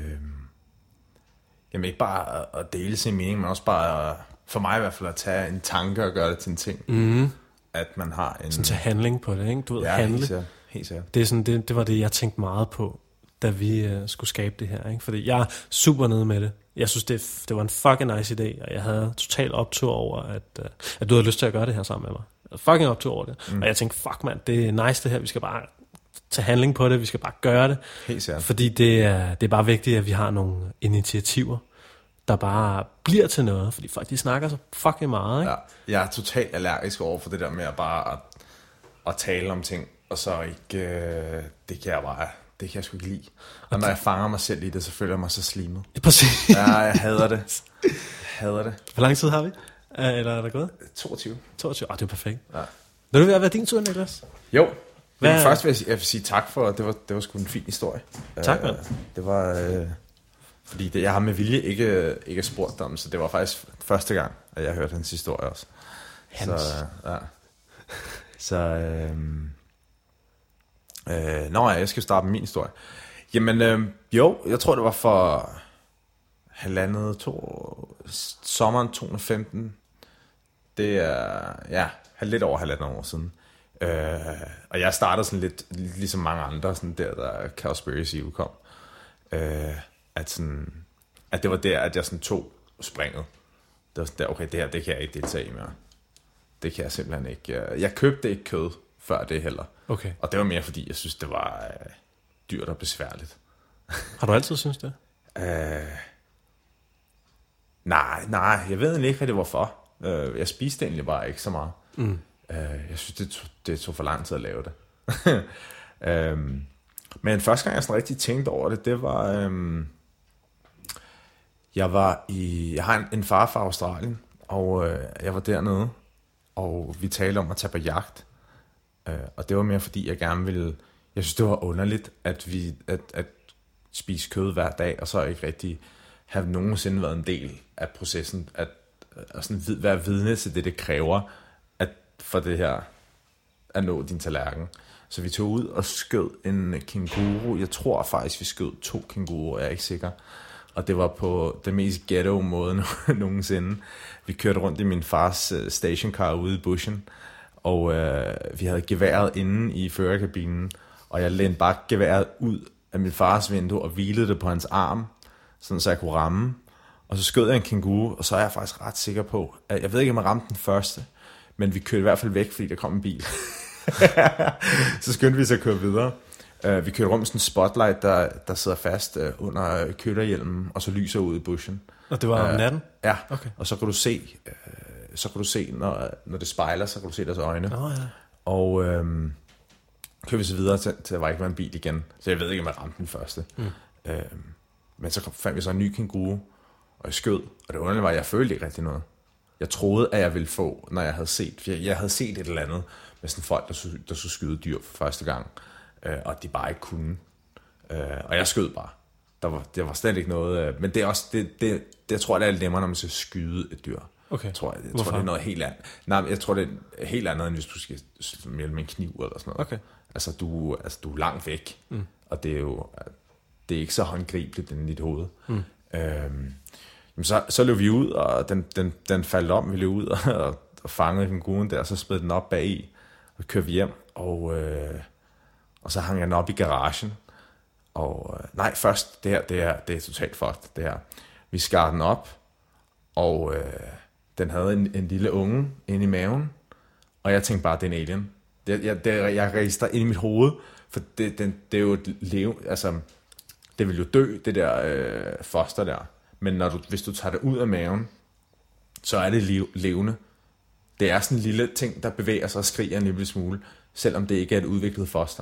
jamen ikke bare at, at dele sin mening, men også bare, at, for mig i hvert fald, at tage en tanke og gøre det til en ting. Mm. At man har en... Sådan til handling på det, ikke? Du ved, ja, handle. helt sikkert. Helt sikkert. Det, er sådan, det, det var det, jeg tænkte meget på, da vi øh, skulle skabe det her, ikke? Fordi jeg er super nede med det. Jeg synes, det, det var en fucking nice idé, og jeg havde total optur over, at, øh, at du havde lyst til at gøre det her sammen med mig. Jeg havde fucking optur over det. Mm. Og jeg tænkte, fuck mand, det er nice det her, vi skal bare tage handling på det, vi skal bare gøre det. Helt sikkert. Fordi det er, det er bare vigtigt, at vi har nogle initiativer, der bare bliver til noget, fordi folk, de snakker så fucking meget, ikke? Ja, jeg er totalt allergisk over for det der med at bare at, at tale om ting, og så ikke, øh, det kan jeg bare, det kan jeg sgu ikke lide. Og okay. Når jeg fanger mig selv i det, så føler jeg mig så slimet. Præcis. Ja, jeg hader det. Jeg hader det. Hvor lang tid har vi? Eller er der gået? toogtyve. toogtyve, ah, det er perfekt. Ja. Vil du være din tur, Niklas? Jo. Hvad? Men først vil jeg, sige, jeg vil sige tak for, det var, det var sgu en fin historie. Tak, mand. Uh, det var, uh, fordi det, jeg har med vilje ikke, ikke spurgt om, så det var faktisk første gang, at jeg hørte hans historie også. Hans. Så, ja. Så, øhm, øh, nå ja, jeg skal starte med min historie. Jamen, øh, jo, jeg tror, det var for halvandet, to, sommeren to tusind og femten. Det er, ja, lidt over halvandet år siden. Øh, og jeg startede sådan lidt, ligesom mange andre, sådan der, der Cowspiracy udkom. Øh, at, sådan, at det var der, at jeg sådan tog springet. Det var sådan der, okay, det her, det kan jeg ikke deltage i mere. Det kan jeg simpelthen ikke. Jeg købte ikke kød før det heller. Okay. Og det var mere, fordi jeg synes, det var øh, dyrt og besværligt. Har du altid synes det? Øh, nej, nej, jeg ved ikke, hvad det var for. Øh, jeg spiste egentlig bare ikke så meget. Mm. Øh, jeg synes, det tog, det tog for lang tid at lave det. øh, men første gang, jeg sådan rigtig tænkte over det, det var... Øh, jeg var i... Jeg har en, en far fra Australien, og øh, jeg var dernede, og vi talte om at tage på jagt. Øh, og det var mere, fordi jeg gerne ville... Jeg synes, det var underligt, at vi at, at spise kød hver dag, og så ikke rigtig have nogensinde været en del af processen, at, at sådan være vidne til det, det kræver, at for det her at nå din tallerken. Så vi tog ud og skød en kænguru. Jeg tror faktisk, vi skød to kænguruer, jeg er ikke sikker. Og det var på den mest ghetto måde nogensinde. Vi kørte rundt i min fars stationcar ude i bushen, og øh, vi havde geværet inde i førerkabinen, og jeg lænede bare geværet ud af min fars vindue og hvilede det på hans arm, sådan så jeg kunne ramme. Og så skød jeg en kænguru, og så er jeg faktisk ret sikker på, at jeg ved ikke, om jeg ramte den første, men vi kørte i hvert fald væk, fordi der kom en bil. Så skyndte vi sig at køre videre. Uh, vi kørte rundt med sådan en spotlight, der, der sidder fast uh, under kølerhjelmen, og så lyser ud i bushen. Og det var om uh, natten? Ja, okay. Og så kan du se, uh, så kan du se når, når det spejler, så kan du se deres øjne. Oh, ja. Og um, kører vi så videre til, til, at der ikke var en bil igen. Så jeg ved ikke, om jeg ramte den første. Mm. Uh, men så fandt vi så en ny kænguru, og jeg skød. Og det underlige var, at jeg følte ikke rigtig noget. jeg troede, at jeg ville få, når jeg havde set, jeg, jeg havde set et eller andet med sådan folk, der skulle, der skulle skyde dyr for første gang, øh, og de bare ikke kunne. Øh, og jeg skød bare. Der var, det var slet ikke noget, øh, men det er også, det, det, det, jeg tror, det er lidt nemmere, når man skal skyde et dyr. Okay. Jeg tror, jeg, jeg tror, det er noget helt andet. Nej, jeg tror, det er helt andet, end hvis du skal med en kniv eller sådan noget. Okay. Altså, du, altså, du er langt væk, mm. og det er jo det er ikke så håndgribeligt i dit hoved. Mm. Øhm, så, så løb vi ud, og den, den, den faldt om, vi løb ud og, og fangede den gode der, og så spædte den op bag i, og kørte vi hjem, og, øh, og så hang jeg den op i garagen. Og øh, nej, først, det her, det er, det er totalt fucked, det her. Vi skar den op, og øh, den havde en, en lille unge inde i maven, og jeg tænkte bare, det er en alien. Det, jeg, det, jeg registrerer ind i mit hoved, for det, det, det er jo et leve, altså, det vil jo dø, det der øh, foster der. Men når du, hvis du tager det ud af maven, så er det lev, levende. Det er sådan en lille ting, der bevæger sig og skriger en lille smule, selvom det ikke er et udviklet foster.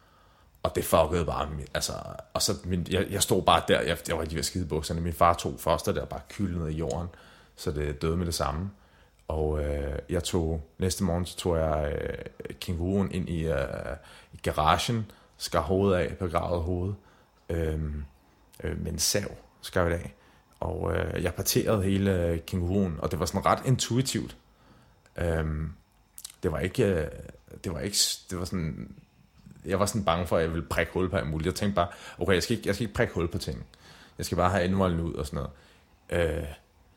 Og det fuckede bare, altså, og så, min, jeg, jeg stod bare der, jeg, jeg var ikke ved at skide bukserne, min far tog foster der, bare kyldet ned i jorden, så det døde med det samme. Og øh, jeg tog, næste morgen, så tog jeg øh, kænguruen ind i, øh, i garagen, skar hovedet af, begravet hovedet, øh, øh, med en sav, skar jeg det af. Og øh, jeg parterede hele kænguruen, og det var sådan ret intuitivt. Øh, det var ikke, øh, det var ikke, det var sådan, jeg var sådan bange for, at jeg ville prikke hul på alt muligt. Jeg tænkte bare, okay, jeg skal ikke, jeg skal ikke prikke hul på ting. Jeg skal bare have indvolden ud og sådan noget. Øh,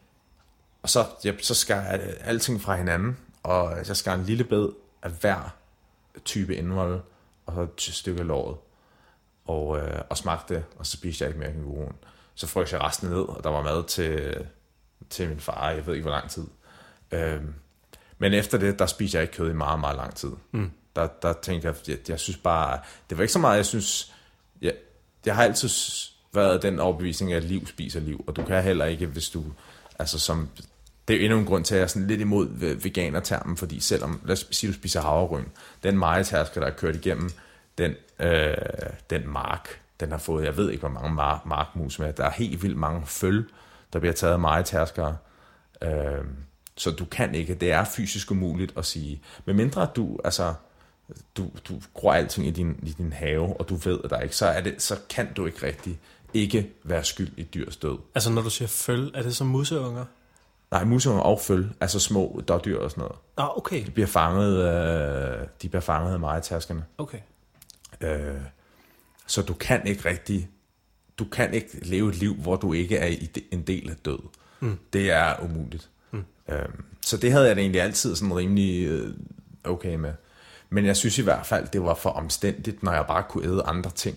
og så, jeg, så skar jeg alting fra hinanden, og jeg skar en lille bed af hver type indvold, og så et stykke af låret, og, øh, og smagte det, og så spiste jeg ikke mere kænguruen. Så frøs jeg resten ned, og der var mad til, til min far, jeg ved ikke hvor lang tid. Øh, men efter det, der spiste jeg ikke kød i meget, meget lang tid. Mm. Der, der tænkte jeg, jeg, jeg synes bare, det var ikke så meget, jeg synes, jeg, jeg har altid været den overbevisning, at liv spiser liv, og du kan heller ikke, hvis du, altså som, det er jo endnu en grund til, at jeg er sådan lidt imod veganertermen, fordi selvom, lad os sige, du spiser havregryn, den mejetærsker, der er kørt igennem, den, øh, den mark, den har fået, jeg ved ikke, hvor mange mark, markmus med, der er helt vildt mange føl, der bliver taget af mejetærskere, øh, så du kan ikke, det er fysisk umuligt at sige, medmindre du, altså, du, du gror alting i din, i din have, og du ved, at der ikke, så, er det, så kan du ikke rigtig ikke være skyld i dyrs død. Altså når du siger føl, er det som museunger? Nej, museunger og føl, altså små dårdyr og sådan noget. Ah, okay. De bliver fanget, øh, de bliver fanget af mejetærskerne. Okay. Øh, så du kan ikke rigtig, du kan ikke leve et liv, hvor du ikke er en del af død. Mm. Det er umuligt. Mm. Øh, så det havde jeg da egentlig altid sådan rimelig øh, okay med. Men jeg synes i hvert fald, det var for omstændigt, når jeg bare kunne æde andre ting.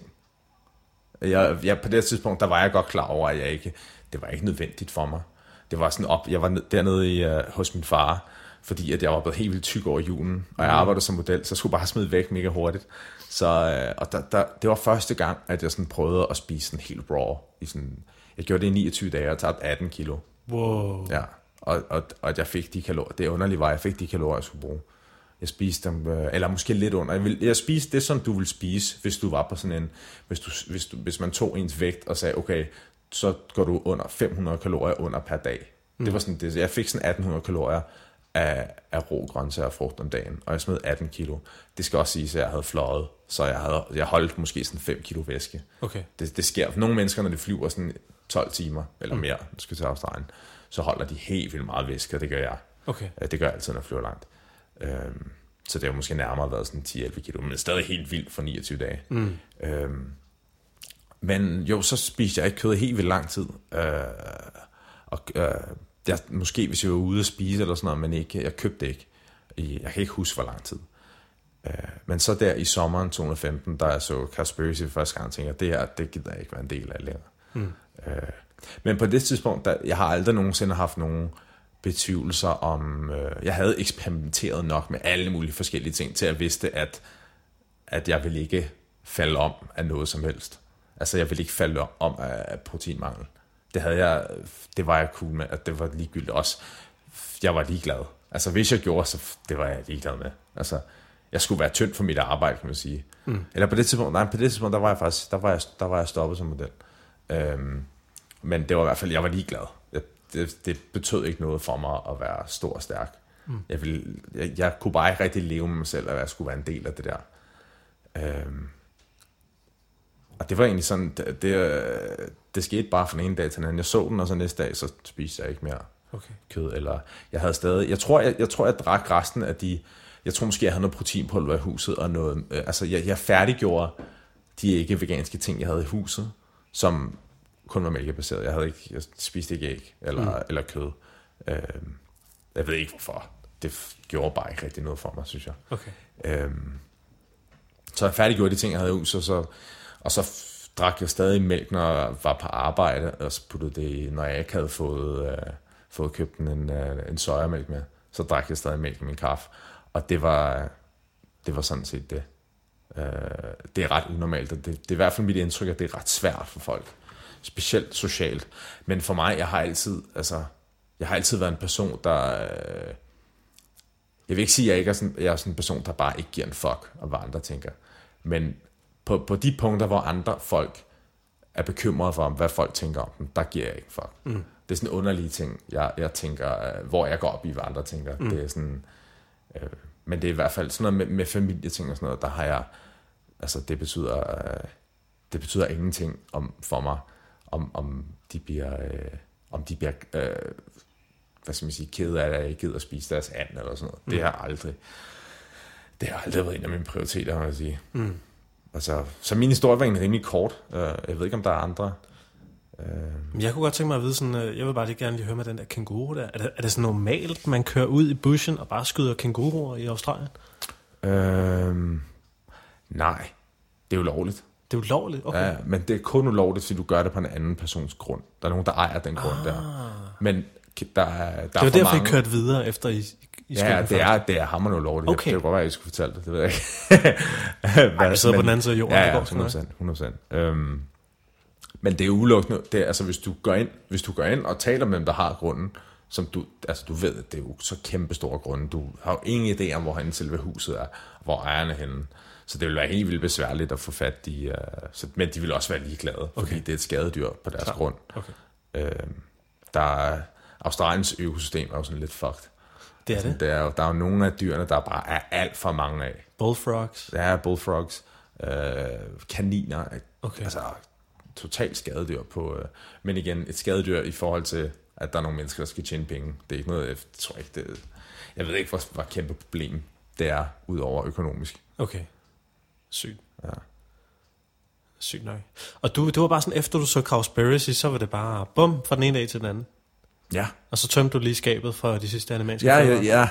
Jeg, jeg, på det tidspunkt, der var jeg godt klar over, at jeg ikke, det var ikke nødvendigt for mig. Det var sådan op, jeg var dernede i, uh, hos min far, fordi at jeg var blevet helt vildt tyk over julen, og jeg arbejdede som model, så jeg skulle bare smide væk mega hurtigt. Så, uh, og der, der, det var første gang, at jeg sådan prøvede at spise sådan helt raw. I sådan, jeg gjorde det i niogtyve dage, og tabte atten kilo. Wow. Ja, og, og, og at jeg fik de kalorier, det underlige var, at jeg fik de kalorier, jeg skulle bruge. Jeg spiste dem, eller måske lidt under. Jeg, vil, jeg spiste det, som du vil spise, hvis du var på sådan en, hvis, du, hvis, du, hvis man tog ens vægt og sagde, okay, så går du under fem hundrede kalorier under per dag. Mm. Det var sådan det. Jeg fik sådan atten hundrede kalorier af, af rå grøntsager og frugt om dagen, og jeg smed atten kilo. Det skal også siges, at jeg havde fløjet, så jeg havde, jeg holdt måske sådan fem kilo væske. Okay. Det, det sker for nogle mennesker, når de flyver sådan tolv timer eller mere, mm. skal til Australien, så holder de helt vildt meget væske, og det gør jeg. Okay. Det gør jeg altid, når jeg flyver langt. Øhm, så det har måske nærmere været sådan ti til elleve kilo, men stadig helt vildt for niogtyve dage. Mm. Øhm, men jo, så spiste jeg ikke kød helt vildt lang tid. Øh, og øh, jeg, måske hvis jeg var ude at spise eller sådan noget, men ikke, jeg købte det ikke. Jeg kan ikke huske, hvor lang tid. Øh, men så der i sommeren to tusind og femten, da jeg så Cowspiracy første gang, tænkte jeg, det her, det gider jeg ikke være en del af længere. Mm. Øh, men på det tidspunkt, der, jeg har aldrig nogensinde haft nogen betvivlelser om, øh, jeg havde eksperimenteret nok med alle mulige forskellige ting, til at vidste, at, at jeg ville ikke falde om af noget som helst. Altså, jeg ville ikke falde om af proteinmangel. Det havde jeg, det var jeg cool med, at det var ligegyldigt også. Jeg var ligeglad. Altså, hvis jeg gjorde, så det var jeg ligeglad med. Altså, jeg skulle være tynd for mit arbejde, kan man sige. Mm. Eller på det tidspunkt, nej, på det tidspunkt, der var jeg faktisk, der var jeg, der var jeg stoppet som model. Øhm, men det var i hvert fald, jeg var ligeglad. Jeg, det, det betød ikke noget for mig at være stor og stærk. Mm. Jeg, ville, jeg, jeg kunne bare ikke rigtig leve med mig selv, at jeg skulle være en del af det der. Øhm, og det var egentlig sådan, det, det, det skete bare fra den ene dag til den anden. Jeg så den, og så næste dag, så spiste jeg ikke mere okay. kød. Eller jeg havde stadig, jeg tror, jeg, jeg tror, jeg drak resten af de, jeg tror måske, jeg havde noget proteinpulver i huset, og noget, øh, altså jeg, jeg færdiggjorde de ikke veganske ting, jeg havde i huset, som kun var mælkebaseret. Jeg havde ikke, jeg spiste ikke æg eller, mm. eller kød. Øhm, jeg ved ikke hvorfor. Det gjorde bare ikke rigtig noget for mig, synes jeg. Okay. Øhm, så jeg færdiggjorde de ting, jeg havde i huset, og så, og så drak jeg stadig mælk, når jeg var på arbejde, og så puttede det i, når jeg ikke havde fået, øh, fået købt en, øh, en sojamælk med, så drak jeg stadig mælk i min kaffe. Og det var, det var sådan set det. Øh, det er ret unormalt, og det, det er i hvert fald mit indtryk, at det er ret svært for folk. Specielt socialt. Men for mig, jeg har altid, altså, jeg har altid været en person, der... Øh, jeg vil ikke sige, at jeg ikke er sådan, jeg er sådan en person, der bare ikke giver en fuck om, hvad andre tænker. Men på, på de punkter, hvor andre folk er bekymrede for, hvad folk tænker om dem, der giver jeg ikke fuck. Mm. Det er sådan en underlig ting, jeg, jeg tænker, hvor jeg går op i, hvad andre tænker. Mm. Det er sådan... Øh, men det er i hvert fald sådan noget med, med familieting og sådan noget, der har jeg... Altså, det betyder... Øh, det betyder ingenting om, for mig, om, om de bliver... Øh, om de bliver... Øh, hvad skal man sige, ked af det, at jeg ikke gider at spise deres and eller sådan noget. Mm. Det har aldrig, det har aldrig været en af mine prioriteter, må jeg sige. Mm. Altså, så min historie var egentlig rimelig kort. Uh, jeg ved ikke, om der er andre. Uh... Jeg kunne godt tænke mig at vide sådan, uh, jeg vil bare lige gerne lige høre med den der kænguru der. Er det, er det sådan normalt, man kører ud i bushen og bare skyder kænguruer i Australien? Uh, nej, det er jo lovligt. Det er jo lovligt, okay. Ja, men det er kun ulovligt, fordi du gør det på en anden persons grund. Der er nogen, der ejer den grund ah. der. Men der er, der det var derfor, mange... I kørte videre efter i, i ja, det er, det er hammerende ulovligt. Okay. Det kunne godt være, at jeg skulle fortælle det, det ved jeg ikke. Ej, jeg sidder men, på den anden side af jorden. Ja, ja, hundrede procent. hundrede procent. Øhm, men det er udelukkende, det er, altså hvis du, går ind, hvis du går ind og taler med dem, der har grunden, som du, altså du ved, at det er jo så kæmpe store grunde. Du har jo ingen idé om, hvor henne selve huset er, hvor ejerne er henne. Så det vil være helt vildt besværligt at få fat i, uh, så, men de vil også være ligeglade, okay. Fordi det er et skadedyr på deres Klar. grund. Okay. Øhm, der er Australiens økosystem er jo sådan lidt fucked. Det er det. Altså, der, er jo, der er jo nogle af dyrene, der bare er alt for mange af. Bullfrogs? Ja, bullfrogs. Øh, kaniner. Okay. Altså, totalt skadedyr på... Øh, men igen, et skadedyr i forhold til, at der er nogle mennesker, der skal tjene penge. Det er ikke noget, jeg tror ikke, det... Jeg ved ikke, hvor, hvor kæmpe problem det er, udover økonomisk. Okay. Sygt. Ja. Sygt nok. Og du, det var bare sådan, efter du så Cowspiracy, så var det bare bum, fra den ene dag til den anden. Ja. Og så tømte du lige skabet fra de sidste animanske ja, ja, ja.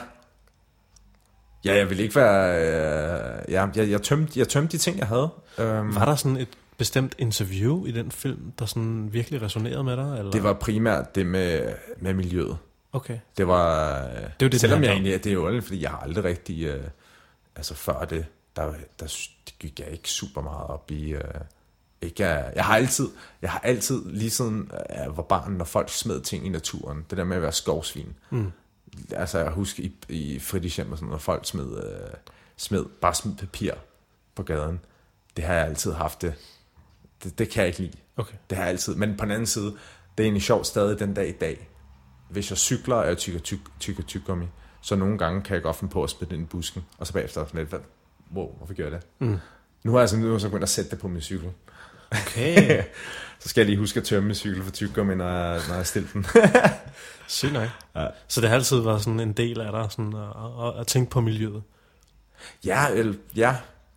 Ja, jeg ville ikke være... Øh, ja, jeg, jeg, tømte, jeg tømte de ting, jeg havde. Um, var der sådan et bestemt interview i den film, der sådan virkelig resonerede med dig? Eller? Det var primært det med, med miljøet. Okay. Det var... Det var det, selvom det jeg egentlig... Det er jo aldrig, fordi jeg har aldrig rigtig... Øh, altså før det, der, der gik jeg ikke super meget op i... Øh, Ikke, jeg har altid, jeg har altid lige siden jeg var barn, når folk smed ting i naturen, det der med at være skovsvin. Mm. Altså jeg husker i, i fritidshjem og sådan, når folk smed, øh, smed, bare smed papir på gaden. Det har jeg altid haft det. Det, det kan jeg ikke lide. Okay. Det har jeg altid. Men på den anden side, det er egentlig sjovt stadig den dag i dag. Hvis jeg cykler, og jeg tykker tyk, tyk, tyggegummi, så nogle gange kan jeg godt finde på at smide den i busken, og så bagefter sådan lidt, wow, hvorfor gør jeg det? Mm. Nu har jeg så, nu så begyndt at sætte det på min cykel. Okay. Så skal jeg lige huske at tømme min cykel for tyggegummi, når jeg, når jeg stiller den. Sygt nok. Ja. Så det har altid været sådan en del af dig, sådan at, at, at tænke på miljøet? Ja, el, ja.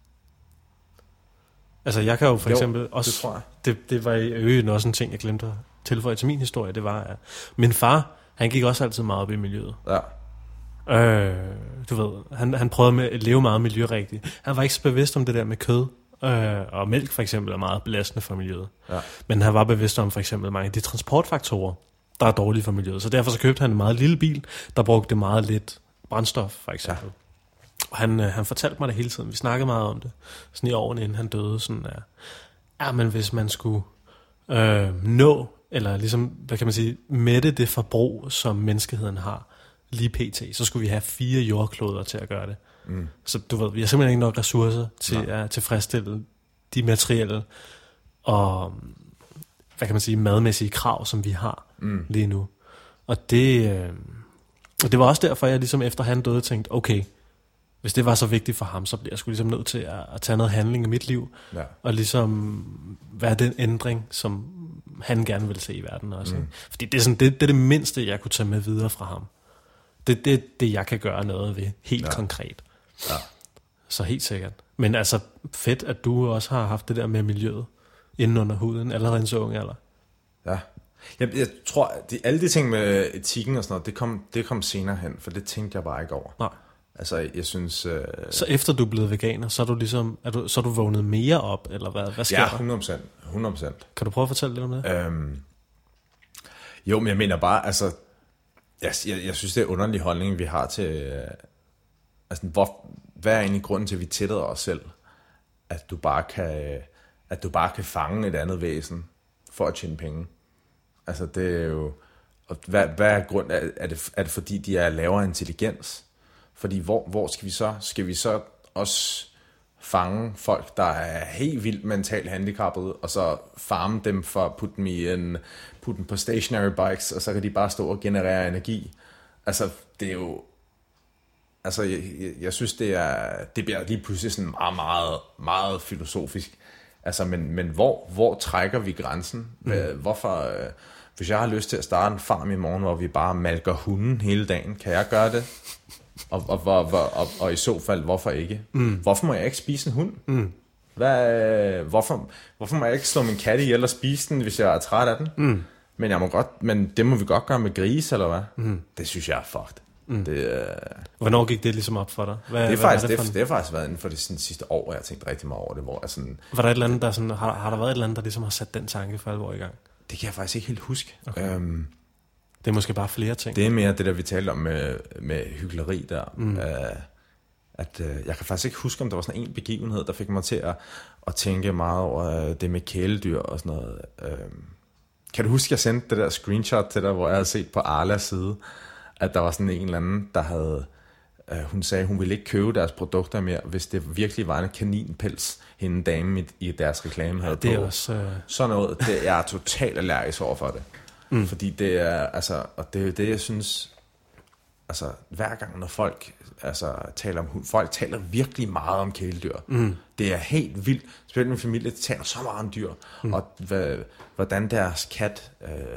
Altså jeg kan jo for jo, eksempel også... det tror jeg. Det, det var i øvrigt også en ting, jeg glemte at tilføje til min historie. Det var, at min far, han gik også altid meget op i miljøet. Ja. Øh, du ved, han, han prøvede med at leve meget miljørigtigt. Han var ikke så bevidst om det der med kød. Øh, og mælk for eksempel er meget belastende for miljøet. Ja. Men han var bevidst om for eksempel mange af de transportfaktorer, der er dårlige for miljøet. Så derfor så købte han en meget lille bil, der brugte meget lidt brændstof for eksempel. Ja. Og han, øh, han fortalte mig det hele tiden. Vi snakkede meget om det. Sådan i årene inden han døde. Sådan, ja, ja, men hvis man skulle øh, nå, eller ligesom, hvad kan man sige, mætte det forbrug, som menneskeheden har lige pt, så skulle vi have fire jordkloder til at gøre det. Mm. Så du ved, vi har simpelthen ikke nok ressourcer til Nej. at tilfredsstille de materielle og, hvad kan man sige, madmæssige krav, som vi har mm. lige nu. Og det, øh, og det var også derfor, jeg ligesom efter han døde tænkte, okay, hvis det var så vigtigt for ham, så bliver jeg sgu ligesom nødt til at, at tage noget handling i mit liv, ja. og ligesom være den ændring, som han gerne vil se i verden også. Mm. Fordi det er, sådan, det, det er det mindste, jeg kunne tage med videre fra ham. Det er det, det, jeg kan gøre noget ved, helt ja. konkret. Ja. Så helt sikkert. Men altså, fedt, at du også har haft det der med miljøet inden under huden, allerede en så ung alder. Ja. Jeg, jeg tror, at de, alle de ting med etikken og sådan noget, det kom, det kom senere hen, for det tænkte jeg bare ikke over. Nej. Altså, jeg synes... Øh... Så efter du er blevet veganer, så er du ligesom, er du, så er du vågnet mere op, eller hvad, hvad sker ja, der? hundrede procent. hundrede procent. Kan du prøve at fortælle lidt om det? Øhm... Jo, men jeg mener bare, altså... Jeg, jeg, jeg synes, det er underlig holdning, vi har til... Øh... Altså, hvor, hvad er egentlig grunden til, at vi tillader os selv? At du bare kan, at du bare kan fange et andet væsen for at tjene penge. Altså, det er jo... Og hvad, hvad er grund? Er, er, det, er det fordi, de er lavere intelligens? Fordi hvor, hvor skal vi så? Skal vi så også fange folk, der er helt vildt mentalt handicappede, og så farme dem for at putte dem, i en, putte dem på stationary bikes, og så kan de bare stå og generere energi? Altså, det er jo... Altså, jeg, jeg, jeg synes, det er... Det bliver lige pludselig sådan meget, meget, meget filosofisk. Altså, men, men hvor, hvor trækker vi grænsen? Mm. Hvorfor... Øh, hvis jeg har lyst til at starte en farm i morgen, hvor vi bare malker hunden hele dagen, kan jeg gøre det? Og, og, og, og, og, og i så fald, hvorfor ikke? Mm. Hvorfor må jeg ikke spise en hund? Mm. Hvad, hvorfor, hvorfor må jeg ikke slå min kat ihjel og spise den, hvis jeg er træt af den? Mm. Men, jeg må godt, men det må vi godt gøre med grise, eller hvad? Mm. Det synes jeg er fucked. Mm. Det, øh... Hvornår gik det ligesom op for dig? Hvad, det, er hvad faktisk, er det, det, det, det har faktisk været inden for det sådan, sidste år, jeg har tænkt rigtig meget over det. Hvor jeg sådan, var der et eller andet, der sådan, har, har der været et eller andet, der ligesom har sat den tanke for alvor i gang? Det kan jeg faktisk ikke helt huske. Okay. Øhm, det er måske bare flere ting. Det er mere det der, vi talte om med, med hykleri der. Mm. Øh, at, øh, jeg kan faktisk ikke huske, om der var sådan en begivenhed, der fik mig til at, at tænke meget over det med kæledyr og sådan noget. Øh, kan du huske, jeg sendte det der screenshot til dig, hvor jeg havde set på Arlas side, at der var sådan en eller anden, der havde... Øh, hun sagde, hun ville ikke købe deres produkter mere, hvis det virkelig var en kaninpels, hende dame i, i deres reklame havde ja, det er på. også, øh... Sådan noget, det, jeg er totalt allergisk over for det. Mm. Fordi det er, altså, og det er det, jeg synes, altså, hver gang, når folk, altså, taler om hund, folk taler virkelig meget om kæledyr. Mm. Det er helt vildt. Specielt min familie, de taler så meget om dyr, mm. og hvad, hvordan deres kat,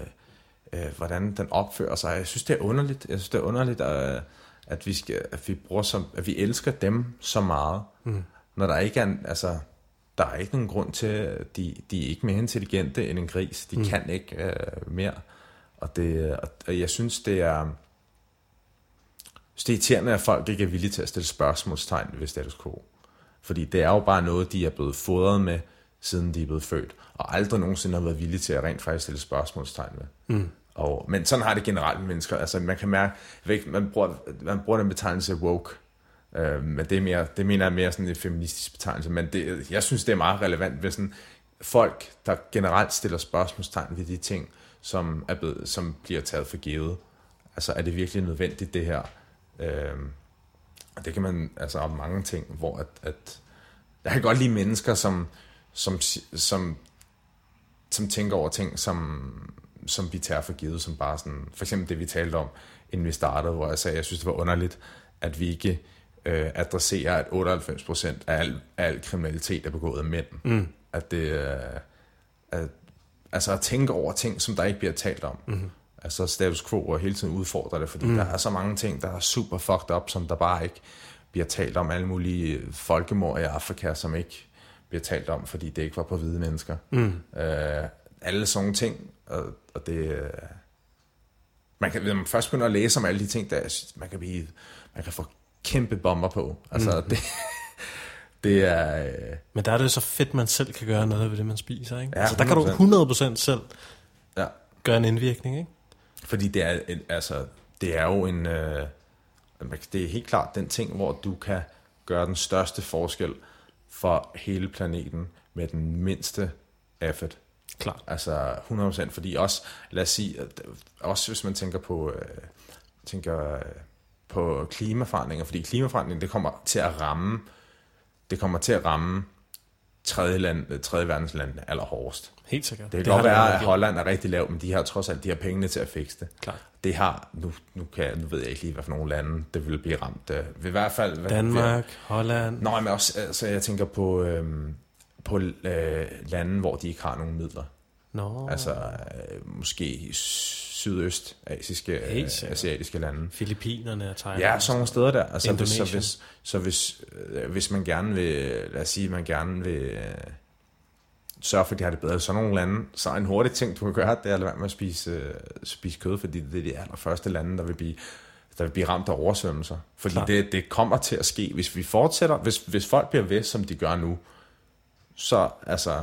øh, øh, hvordan den opfører sig. Jeg synes, det er underligt. Jeg synes, det er underligt, at, at vi skal, at vi bruger som, at vi elsker dem så meget, mm. når der ikke er, en, altså, der er ikke nogen grund til, at de, de er ikke mere intelligente end en gris. De mm. kan ikke øh, mere. Og, det, og jeg synes, det er, det er irriterende, at folk ikke er villige til at stille spørgsmålstegn ved status quo. Fordi det er jo bare noget, de er blevet fodret med, siden de er blevet født. Og aldrig nogensinde har været villige til at rent faktisk stille spørgsmålstegn med. Mm. Og, men sådan har det generelt med mennesker. Altså, man kan mærke, man bruger, man bruger den betegnelse woke. Uh, men det, er mere, det mener jeg mere sådan en feministisk betegnelse, men det, jeg synes, det er meget relevant ved sådan folk, der generelt stiller spørgsmålstegn ved de ting, som, er blevet, som bliver taget for givet. Altså, er det virkelig nødvendigt, det her? Uh, og det kan man, altså, om mange ting, hvor at, at jeg kan godt lide mennesker, som, som, som, som tænker over ting, som, som vi tager for givet, som bare sådan, for eksempel det, vi talte om, inden vi startede, hvor jeg sagde, jeg synes, det var underligt, at vi ikke øh, adresserer, at otteoghalvfems procent af al, af al kriminalitet er begået af mænd. Mm. At det øh, at, altså at tænke over ting, som der ikke bliver talt om. Mm. Altså status quo og hele tiden udfordre det, fordi mm. der er så mange ting, der er super fucked up, som der bare ikke bliver talt om. Alle mulige folkemord i Afrika, som ikke bliver talt om, fordi det ikke var på hvide mennesker. Mm. Øh, alle sådan nogle ting, og, og det... Øh, man kan, når man først begynder at læse om alle de ting, der man kan blive, man kan få kæmpe bomber på. Altså, mm. det, det er... Øh... Men der er det så fedt, man selv kan gøre noget ved det, man spiser, ikke? Ja, altså, der kan du hundrede procent selv ja. gøre en indvirkning, ikke? Fordi det er, en, altså, det er jo en... Øh, det er helt klart den ting, hvor du kan gøre den største forskel for hele planeten med den mindste effort. Klart. Altså hundrede procent, fordi også, lad os sige, også hvis man tænker på, øh, tænker øh, på klimaforandringer, fordi klimaforandringer, det kommer til at ramme, det kommer til at ramme tredje, land, tredje verdensland allerhårdest. Helt sikkert. Det kan det godt være, at Holland er rigtig lav, men de har trods alt de har pengene til at fikse det. Klart. Det har, nu, nu, kan jeg, nu ved jeg ikke lige, hvad for nogle lande det vil blive ramt. I hvert fald... Danmark, hvad, Holland... Nå, men også, altså, jeg tænker på, øhm, på øh, lande, hvor de ikke har nogen midler. Nå. Altså, øh, måske sydøstasiske, øh, asiatiske lande. Filippinerne og Thailand. Ja, sådan nogle steder der. Altså, hvis, så hvis, så hvis, øh, hvis man gerne vil, lad os sige, man gerne vil øh, sørge for, at de har det bedre i sådan nogle lande, så en hurtig ting, du kan gøre, det er at lade være med at spise, øh, spise kød, fordi det er de allerførste lande, der vil blive, der vil blive ramt af oversvømmelser. Fordi det, det kommer til at ske, hvis vi fortsætter, hvis, hvis folk bliver ved, som de gør nu, så altså...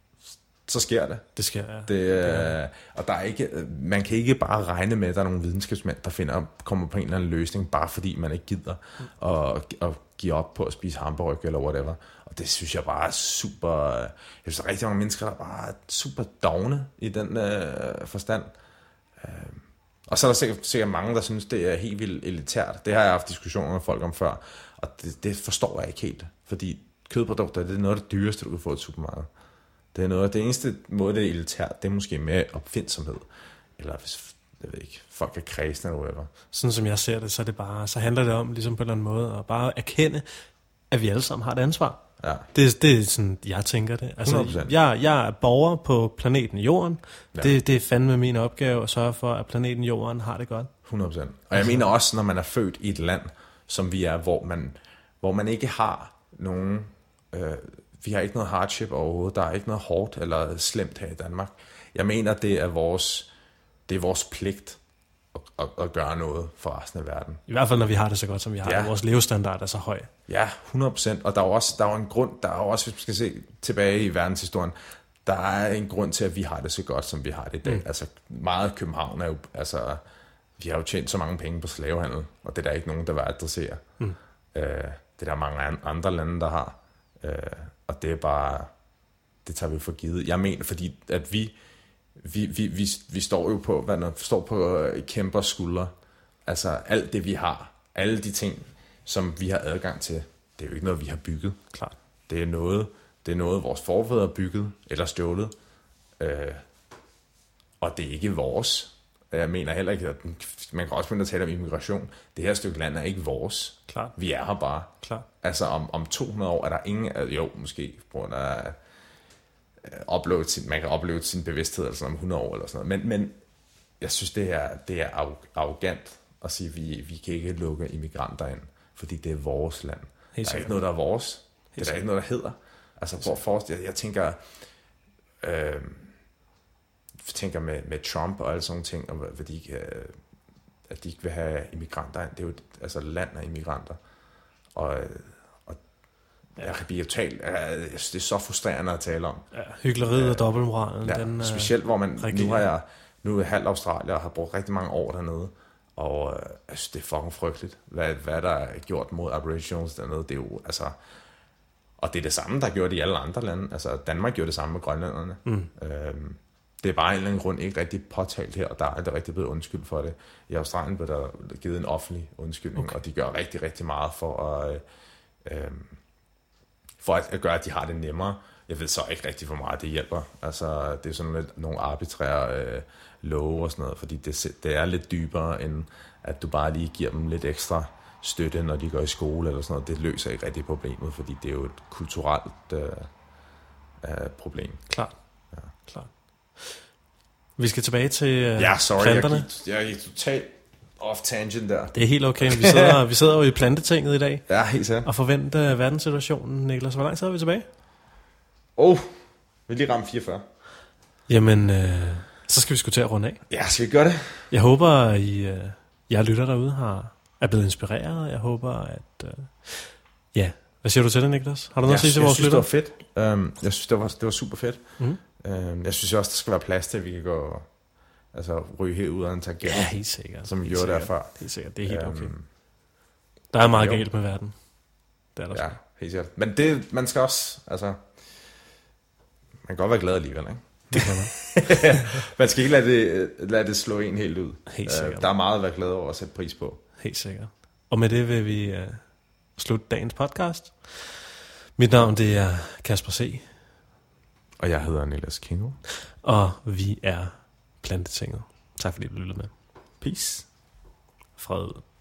så sker det. Det sker, ja. Det, øh, og der er ikke, man kan ikke bare regne med, at der er nogle videnskabsmænd, der finder, kommer på en eller anden løsning, bare fordi man ikke gider at, at give op på at spise hamburg eller whatever. Og det synes jeg bare er super... Jeg synes, der er rigtig mange mennesker, der bare er super dogne i den øh, forstand. Øh, og så er der sikkert, sikkert mange, der synes, det er helt vildt elitært. Det har jeg haft diskussioner med folk om før, og det, det forstår jeg ikke helt. Fordi kødprodukter, det er noget af det dyreste, du kan få i et supermarked. Det er noget, det eneste måde, det er elitært, det er måske med opfindsomhed. Eller hvis, jeg ved ikke, folk er kredsende eller whatever. Sådan som jeg ser det, så, er det bare, så handler det om, ligesom på en eller anden måde, at bare erkende, at vi alle sammen har et ansvar. Ja. Det, det er sådan, jeg tænker det. Altså, jeg, jeg er borger på planeten Jorden. Ja. Det, det er fandme min opgave at sørge for, at planeten Jorden har det godt. hundrede procent. Og jeg mener også, når man er født i et land, som vi er, hvor man, hvor man ikke har nogen... Øh, vi har ikke noget hardship overhovedet. Der er ikke noget hårdt eller slemt her i Danmark. Jeg mener, det er vores, det er vores pligt at, at, at gøre noget for resten af verden. I hvert fald, når vi har det så godt, som vi har. Ja. Vores levestandard er så høj. Ja, hundrede procent. Og der er også der er en grund, der er også, hvis vi skal se tilbage i verdenshistorien, der er en grund til, at vi har det så godt, som vi har det i dag. Mm. Altså, meget af København er jo, altså, vi har jo tjent så mange penge på slavehandel, og det er der ikke nogen, der vil adressere. Mm. Øh, det er der mange andre lande, der har. Øh, og det er bare, det tager vi for givet. Jeg mener, fordi at vi, vi, vi, vi, vi står jo på, hvad når, står på kæmpers skuldre. Altså alt det, vi har, alle de ting, som vi har adgang til, det er jo ikke noget, vi har bygget. Klart. Det er noget, det er noget, vores forfædre har bygget eller stjålet. Øh, og det er ikke vores. Jeg mener heller ikke, at man kan også begynde at tale om immigration. Det her stykke land er ikke vores. Klar. Vi er her bare. Klar. Altså om, om to hundrede år er der ingen... Jo, måske på grund af... Upload sin, man kan opleve sin bevidsthed eller sådan om hundrede år eller sådan noget. Men, men jeg synes, det er, det er arrogant at sige, at vi, vi kan ikke lukke immigranter ind, fordi det er vores land. Helt der er ikke noget, der er vores. Det er der ikke noget, der hedder. Altså, hvor for, jeg, jeg tænker... Øh, tænker med, med Trump og alle sådan ting, og hvad de ikke, at de ikke vil have immigranter ind. Det er jo et altså land af immigranter. Og, og ja. Jeg kan blive totalt... Jeg synes, det er så frustrerende at tale om. Ja, hykleriet og dobbeltmoralen. Ja, den, specielt, hvor man... Reagerer. Nu har jeg... Nu er halv Australier og har brugt rigtig mange år dernede. Og jeg synes, det er fucking frygteligt, hvad, hvad der er gjort mod Aboriginals dernede. Det er jo... Altså... Og det er det samme, der gjorde det i alle andre lande. Altså, Danmark gjorde det samme med grønlænderne. Mm. Øhm, Det er bare en eller anden grund ikke rigtig påtalt her, og der er aldrig rigtig blevet undskyld for det. I Australien blev der givet en offentlig undskyldning, okay. Og de gør rigtig, rigtig meget for at, øh, for at gøre, at de har det nemmere. Jeg ved så ikke rigtig, hvor meget det hjælper. Altså, det er sådan lidt nogle arbitrære øh, love og sådan noget, fordi det, det er lidt dybere, end at du bare lige giver dem lidt ekstra støtte, når de går i skole eller sådan noget. Det løser ikke rigtig problemet, fordi det er jo et kulturelt øh, øh, problem. Klart. Ja. Klart. Vi skal tilbage til øh, ja, sorry, planterne. Jeg gik, jeg gik totalt off tangent der. Det er helt okay. Vi sidder, vi sidder jo i plantetinget i dag. Ja, helt sikkert. Og forventer verdenssituationen. Niklas, hvor lang tid er vi tilbage? Åh, oh, vi lige ramme fireogfyrre. Jamen, øh, så skal vi sgu til at runde af. Ja, skal vi gøre det? Jeg håber, I, øh, jer lytter derude har, er blevet inspireret. Jeg håber, at... Øh, ja, hvad siger du til det, Niklas? Har du noget jeg, at sige til vores lytter? Jeg synes, det var fedt. Um, jeg synes, det var, det var super fedt. Mm. Um, jeg synes også, der skal være plads til, at vi kan gå... Altså ryge helt ud af en tangent. Ja, helt sikkert. Som vi helt gjorde sikkert. der før. Helt sikkert, det er helt um, okay. Der er meget jo. galt med verden. Det er der ja, helt sikkert. Men det, man skal også... Altså, man kan godt være glad alligevel, ikke? Det kan man. Man skal ikke lade det, lade det slå en helt ud. Helt sikkert. Uh, der er meget at være glad over at sætte pris på. Helt sikkert. Og med det vil vi uh, slutte dagens podcast. Mit navn, det er Kasper C. Og jeg hedder Niels Kingo. Og vi er Plantetinget. Tak fordi du lyttede med. Peace. Fred.